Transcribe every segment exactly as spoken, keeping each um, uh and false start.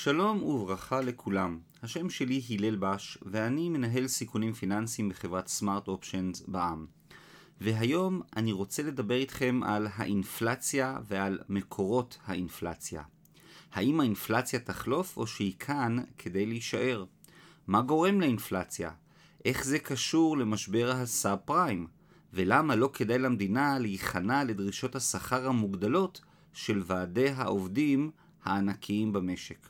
שלום וברכה לכולם, השם שלי הלל בש ואני מנהל סיכונים פיננסיים בחברת סמארט אופשנס בע"מ. והיום אני רוצה לדבר איתכם על האינפלציה ועל מקורות האינפלציה. האם האינפלציה תחלוף או שהיא כאן כדי להישאר? מה גורם לאינפלציה? איך זה קשור למשבר הסאב פריים? ולמה לא כדאי למדינה להיכנע לדרישות השכר המוגדלות של ועדי העובדים הענקיים במשק?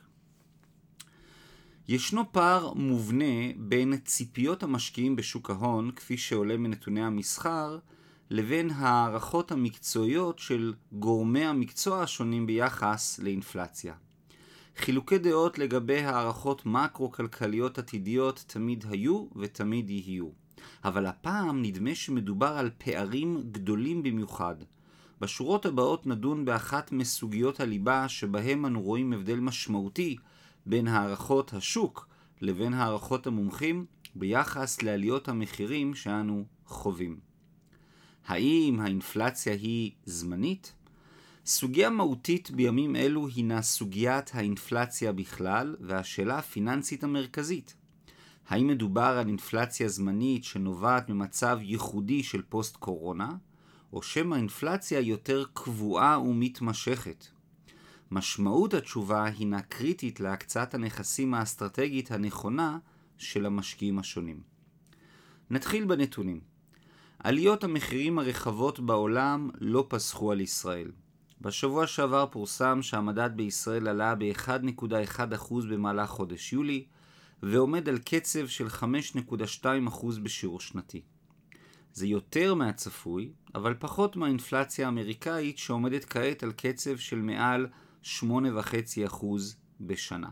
ישנו פער מובנה בין ציפיות המשקיעים בשוק ההון, כפי שעולה מנתוני המסחר, לבין הערכות המקצועיות של גורמי המקצוע השונים ביחס לאינפלציה. חילוקי דעות לגבי הערכות מקרו-כלכליות עתידיות תמיד היו ותמיד יהיו. אבל הפעם נדמה שמדובר על פערים גדולים במיוחד. בשורות הבאות נדון באחת מסוגיות הליבה שבהם אנו רואים הבדל משמעותי בין הערכות השוק לבין הערכות המומחים ביחס לעליות המחירים שאנו חווים. האם האינפלציה היא זמנית? סוגיה מהותית בימים אלו הינה סוגיית האינפלציה בכלל והשאלה הפיננסית המרכזית. האם מדובר על אינפלציה זמנית שנובעת ממצב ייחודי של פוסט קורונה, או שמא אינפלציה יותר קבועה ומתמשכת? משמעות התשובה הינה קריטית להקצאת הנכסים האסטרטגית הנכונה של המשקיעים השונים. נתחיל בנתונים. עליות המחירים הרחבות בעולם לא פסחו על ישראל. בשבוע שעבר פורסם שהמדד בישראל עלה ב-אחד נקודה אחת אחוז במהלך חודש יולי, ועומד על קצב של חמש נקודה שתיים אחוז בשיעור שנתי. זה יותר מהצפוי, אבל פחות מהאינפלציה האמריקאית שעומדת כעת על קצב של מעל שמונה נקודה חמש אחוז בשנה.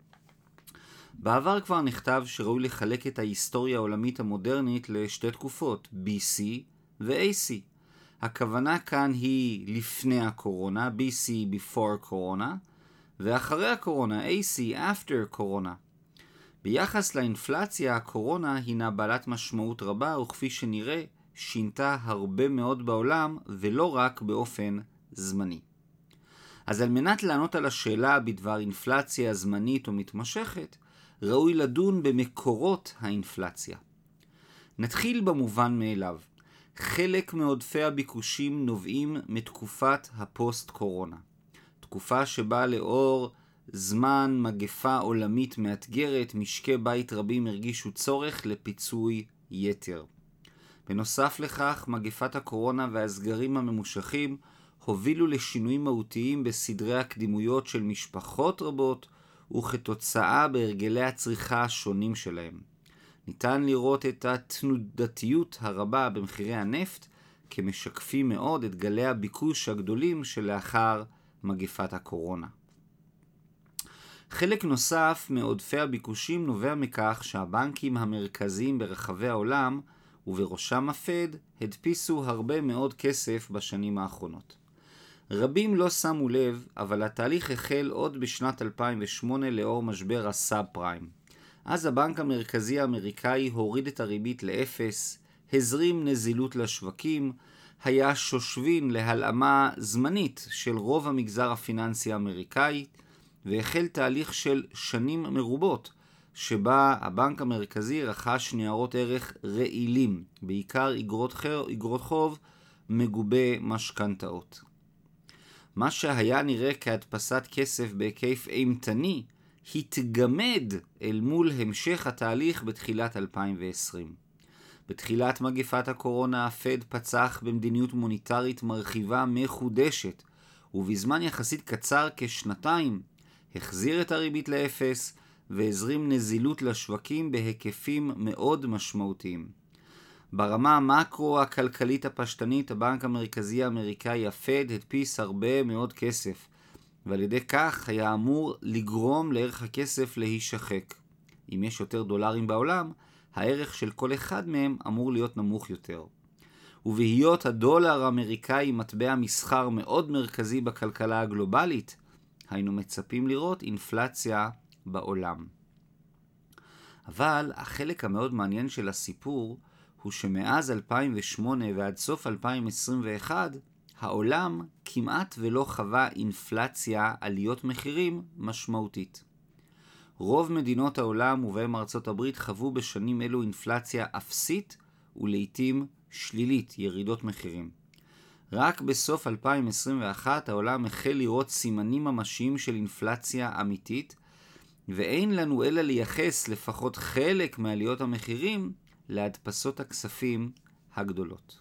בעבר כבר נכתב שראוי לחלק את ההיסטוריה העולמית המודרנית לשתי תקופות, בי סי ו-איי סי. הכוונה כאן היא לפני הקורונה, בי סי before קורונה, ואחרי הקורונה, איי סי after קורונה. ביחס לאינפלציה, הקורונה הינה בעלת משמעות רבה, וכפי שנראה, שינתה הרבה מאוד בעולם, ולא רק באופן זמני. אז על מנת לענות על השאלה בדבר אינפלציה זמנית או מתמשכת, ראוי לדון במקורות האינפלציה. נתחיל במובן מאליו. חלק מעודפי הביקושים נובעים מתקופת הפוסט-קורונה. תקופה שבה לאור זמן מגפה עולמית מאתגרת, משקי בית רבים הרגישו צורך לפיצוי יתר. בנוסף לכך, מגפת הקורונה והסגרים הממושכים הובילו לשינויים מהותיים בסדרי הקדימויות של משפחות רבות, וכתוצאה בהרגלי הצריכה השונים שלהם. ניתן לראות את התנודתיות הרבה במחירי הנפט כמשקפים מאוד את גלי הביקוש הגדולים שלאחר מגפת הקורונה. חלק נוסף מעודפי הביקושים נובע מכך שהבנקים המרכזיים ברחבי העולם, ובראשם הפד, הדפיסו הרבה מאוד כסף בשנים האחרונות. רבים לא שמו לב, אבל התהליך החל עוד בשנת אלפיים ושמונה לאור משבר הסאב פריים. אז הבנק המרכזי האמריקאי הוריד את הריבית לאפס, הזרים נזילות לשווקים, היה שושבין להלאמה זמנית של רוב המגזר הפיננסי האמריקאי, והחל תהליך של שנים מרובות, שבה הבנק המרכזי רכש ניירות ערך רעילים, בעיקר אגרות, חר, אגרות חוב מגובה משכנתאות. מה שהיה נראה כהדפסת כסף בהיקף אימתני, התגמד אל מול המשך התהליך בתחילת אלפיים ועשרים. בתחילת מגפת הקורונה הפד פצח במדיניות מוניטרית מרחיבה מחודשת, ובזמן יחסית קצר כשנתיים, החזיר את הריבית לאפס והזרים נזילות לשווקים בהיקפים מאוד משמעותיים. ברמה המקרו-הכלכלית הפשטנית, הבנק המרכזי האמריקאי הפד הדפיס הרבה מאוד כסף, ועל ידי כך היה אמור לגרום לערך הכסף להישחק. אם יש יותר דולרים בעולם, הערך של כל אחד מהם אמור להיות נמוך יותר. ובהיות הדולר האמריקאי מטבע מסחר מאוד מרכזי בכלכלה הגלובלית, היינו מצפים לראות אינפלציה בעולם. אבל החלק המאוד מעניין של הסיפור הוא שמאז אלפיים ושמונה ועד סוף אלפיים עשרים ואחת, העולם כמעט ולא חווה אינפלציה עליות מחירים משמעותית. רוב מדינות העולם ובהם ארצות הברית חוו בשנים אלו אינפלציה אפסית ולעיתים שלילית, ירידות מחירים. רק בסוף אלפיים עשרים ואחת העולם החל לראות סימנים ממשיים של אינפלציה אמיתית, ואין לנו אלא לייחס לפחות חלק מעליות המחירים להדפסות הכספים הגדולות.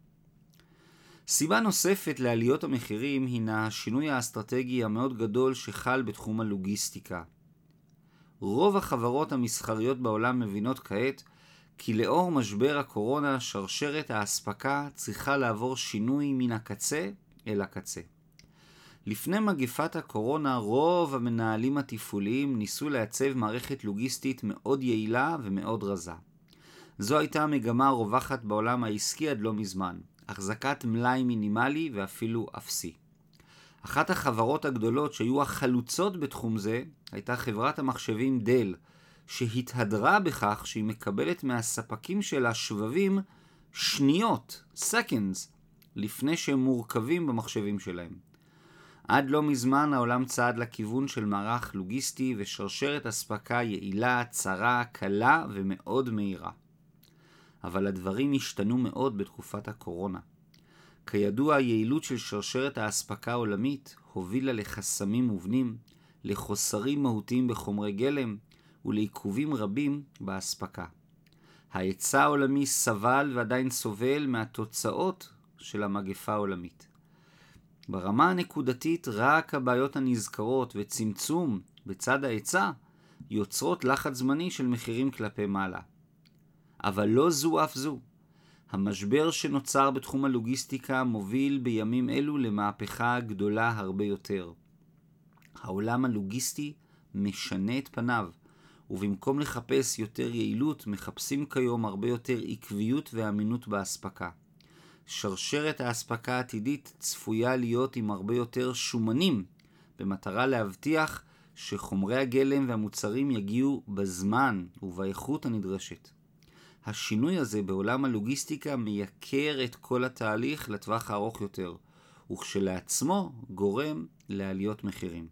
סיבה נוספת לעליות המחירים הינה השינוי האסטרטגי המאוד גדול שחל בתחום הלוגיסטיקה. רוב החברות המסחריות בעולם מבינות כעת כי לאור משבר הקורונה שרשרת האספקה צריכה לעבור שינוי מן הקצה אל הקצה. לפני מגפת הקורונה רוב המנהלים התפעוליים ניסו לעצב מערכת לוגיסטית מאוד יעילה ומאוד רזה. זו הייתה המגמה הרווחת בעולם העסקי עד לא מזמן, החזקת מלאי מינימלי ואפילו אפסי. אחת החברות הגדולות שהיו החלוצות בתחום זה הייתה חברת המחשבים דל, שהתהדרה בכך שהיא מקבלת מהספקים שלה שבבים שניות, seconds, לפני שהם מורכבים במחשבים שלהם. עד לא מזמן העולם צעד לכיוון של מערך לוגיסטי ושרשרת אספקה יעילה, צרה, קלה ומאוד מהירה. אבל הדברים השתנו מאוד בתקופת הקורונה. כידוע, היעילות של שרשרת האספקה העולמית הובילה לחסמים מובנים, לחוסרים מהותיים בחומרי גלם ולעיכובים רבים באספקה. ההיצע העולמי סבל ועדיין סובל מהתוצאות של המגפה העולמית. ברמה הנקודתית רק הבעיות הנזכרות וצמצום בצד ההיצע יוצרות לחץ זמני של מחירים כלפי מעלה. אבל לא זו אף זו. המשבר שנוצר בתחום הלוגיסטיקה מוביל בימים אלו למהפכה גדולה הרבה יותר. העולם הלוגיסטי משנה את פניו, ובמקום לחפש יותר יעילות, מחפשים כיום הרבה יותר עקביות ואמינות באספקה. שרשרת האספקה העתידית צפויה להיות עם הרבה יותר שומנים, במטרה להבטיח שחומרי הגלם והמוצרים יגיעו בזמן ובאיכות הנדרשת. השינוי הזה בעולם הלוגיסטיקה מייקר את כל התהליך לטווח הארוך יותר, וכשלעצמו גורם לעליות מחירים.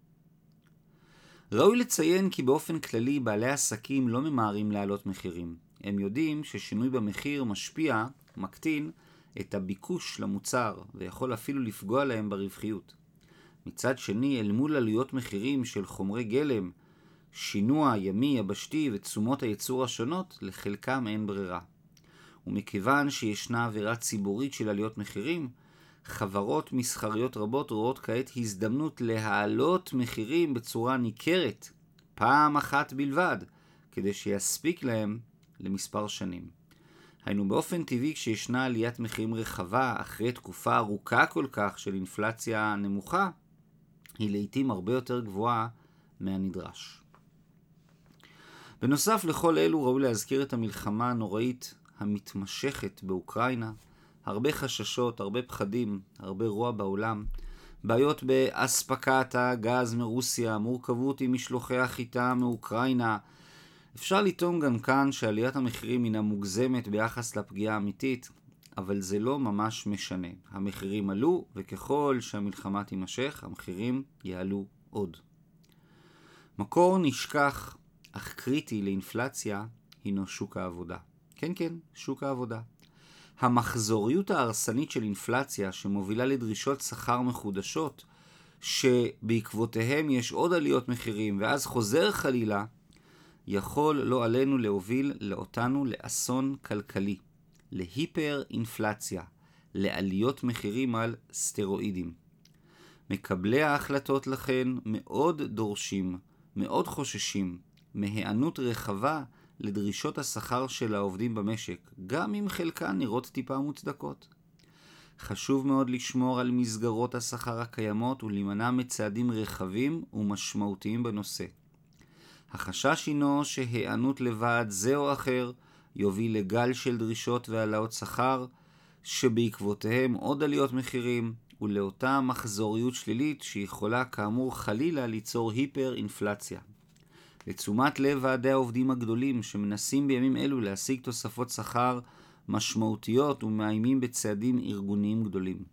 ראוי לציין כי באופן כללי בעלי עסקים לא ממהרים להעלות מחירים. הם יודעים ששינוי במחיר משפיע, מקטין, את הביקוש למוצר ויכול אפילו לפגוע להם ברווחיות. מצד שני, אל מול עלויות מחירים של חומרי גלם, שינוע, ימי, יבשתי ותשומות הייצור השונות, לחלקם אין ברירה. ומכיוון שישנה אווירה ציבורית של עליות מחירים, חברות מסחריות רבות רואות כעת הזדמנות להעלות מחירים בצורה ניכרת, פעם אחת בלבד, כדי שיספיק להם למספר שנים. היינו באופן טבעי כשישנה עליית מחירים רחבה אחרי תקופה ארוכה כל כך של אינפלציה נמוכה, היא לעתים הרבה יותר גבוהה מהנדרש. בנוסף לכל אלו ראוי להזכיר את המלחמה הנוראית המתמשכת באוקראינה, הרבה חששות, הרבה פחדים, הרבה רוע בעולם, בעיות באספקת הגז מרוסיה, מורכבות עם משלוחי החיטה מאוקראינה. אפשר לטעון גם כאן שעליית המחירים הינה מוגזמת ביחס לפגיעה האמיתית, אבל זה לא ממש משנה. המחירים עלו, וככל שהמלחמה תימשך, המחירים יעלו עוד. מקור נשכח אך קריטי לאינפלציה הינו שוק העבודה. כן כן, שוק העבודה. המחזוריות ההרסנית של אינפלציה שמובילה לדרישות שכר מחודשות, שבעקבותיהם יש עוד עליות מחירים ואז חוזר חלילה, יכול לא עלינו להוביל לאותנו לאסון כלכלי, להיפר אינפלציה, לעליות מחירים על סטרואידים. מקבלי ההחלטות לכן מאוד דורשים, מאוד חוששים, מהיענות רחבה לדרישות השכר של העובדים במשק, גם אם חלקן נראות טיפה מוצדקות. חשוב מאוד לשמור על מסגרות השכר הקיימות ולהימנע מצעדים רחבים ומשמעותיים בנושא. החשש הינו שהיענות לבד זה או אחר יוביל לגל של דרישות והעלאות שכר, שבעקבותיהם עוד עליות מחירים, ולאותה מחזוריות שלילית שיכולה כאמור חלילה ליצור היפר אינפלציה. לתשומת לב ועדי העובדים הגדולים שמנסים בימים אלו להשיג תוספות שכר משמעותיות ומאיימים בצעדים ארגוניים גדולים.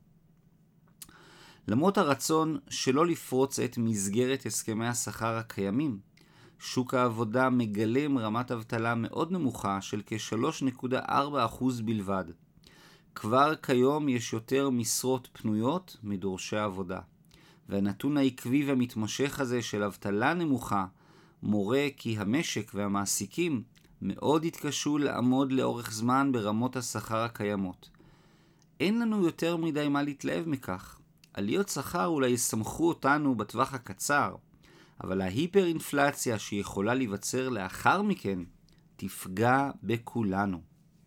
למרות הרצון שלא לפרוץ את מסגרת הסכמי השכר הקיימים, שוק העבודה מגלם רמת אבטלה מאוד נמוכה של כ-שלוש נקודה ארבע אחוז בלבד. כבר כיום יש יותר משרות פנויות מדורשי עבודה. והנתון העקבי והמתמשך הזה של אבטלה נמוכה מורה כי המשק והמעסיקים מאוד התקשו לעמוד לאורך זמן ברמות השכר הקיימות. אין לנו יותר מדי מה להתלהב מכך. עליות שכר אולי יסמכו אותנו בטווח הקצר, אבל ההיפר-אינפלציה שיכולה להיווצר לאחר מכן תפגע בכולנו.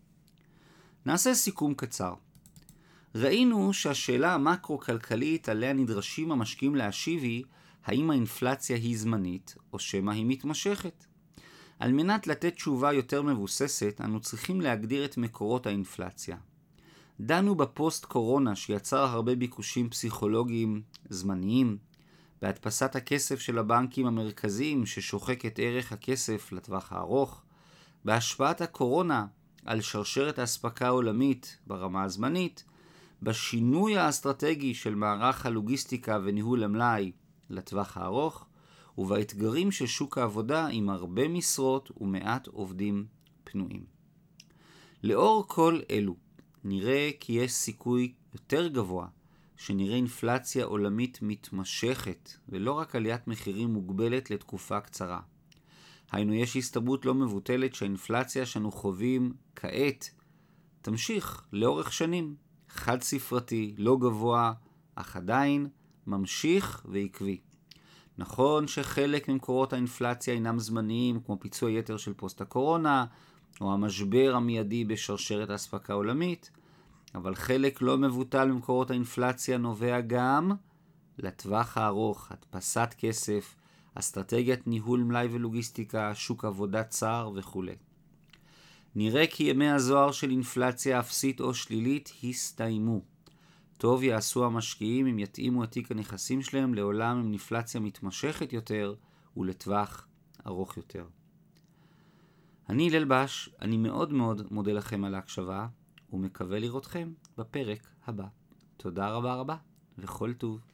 נעשה סיכום קצר. ראינו שהשאלה המקרו-כלכלית עליה נדרשים המשקיעים להשיב היא האם האינפלציה היא זמנית או שמא היא מתמשכת. על מנת לתת תשובה יותר מבוססת, אנו צריכים להגדיר את מקורות האינפלציה. דנו בפוסט קורונה שיצר הרבה ביקושים פסיכולוגיים זמניים, בהדפסת הכסף של הבנקים המרכזיים ששוחק את ערך הכסף לטווח הארוך, בהשפעת הקורונה על שרשרת האספקה העולמית ברמה הזמנית, בשינוי האסטרטגי של מערך הלוגיסטיקה וניהול המלאי לטווח הארוך, ובאתגרים של שוק העבודה עם הרבה משרות ומעט עובדים פנויים. לאור כל אלו, נראה כי יש סיכוי יותר גבוה שנראה אינפלציה עולמית מתמשכת, ולא רק עליית מחירים מוגבלת לתקופה קצרה. היינו יש הסתברות לא מבוטלת שהאינפלציה שאנו חווים כעת תמשיך לאורך שנים, חד ספרתי, לא גבוה, אך עדיין ממשיך ועקבי. נכון שחלק ממקורות האינפלציה אינם זמניים, כמו פיצוי יתר של פוסט הקורונה, או המשבר המיידי בשרשרת האספקה העולמית, אבל חלק לא מבוטל ממקורות האינפלציה נובע גם לטווח הארוך, הדפסת כסף, אסטרטגיית ניהול מלאי ולוגיסטיקה, שוק עבודה צר וכו'. נראה כי ימי הזוהר של אינפלציה אפסית או שלילית הסתיימו. טוב יעשו המשקיעים אם יתאימו את תיק הנכסים שלהם לעולם עם אינפלציה מתמשכת יותר ולטווח ארוך יותר. אני הלל בש, אני מאוד מאוד מודה לכם על ההקשבה ומקווה לראותכם בפרק הבא. תודה רבה רבה וכל טוב.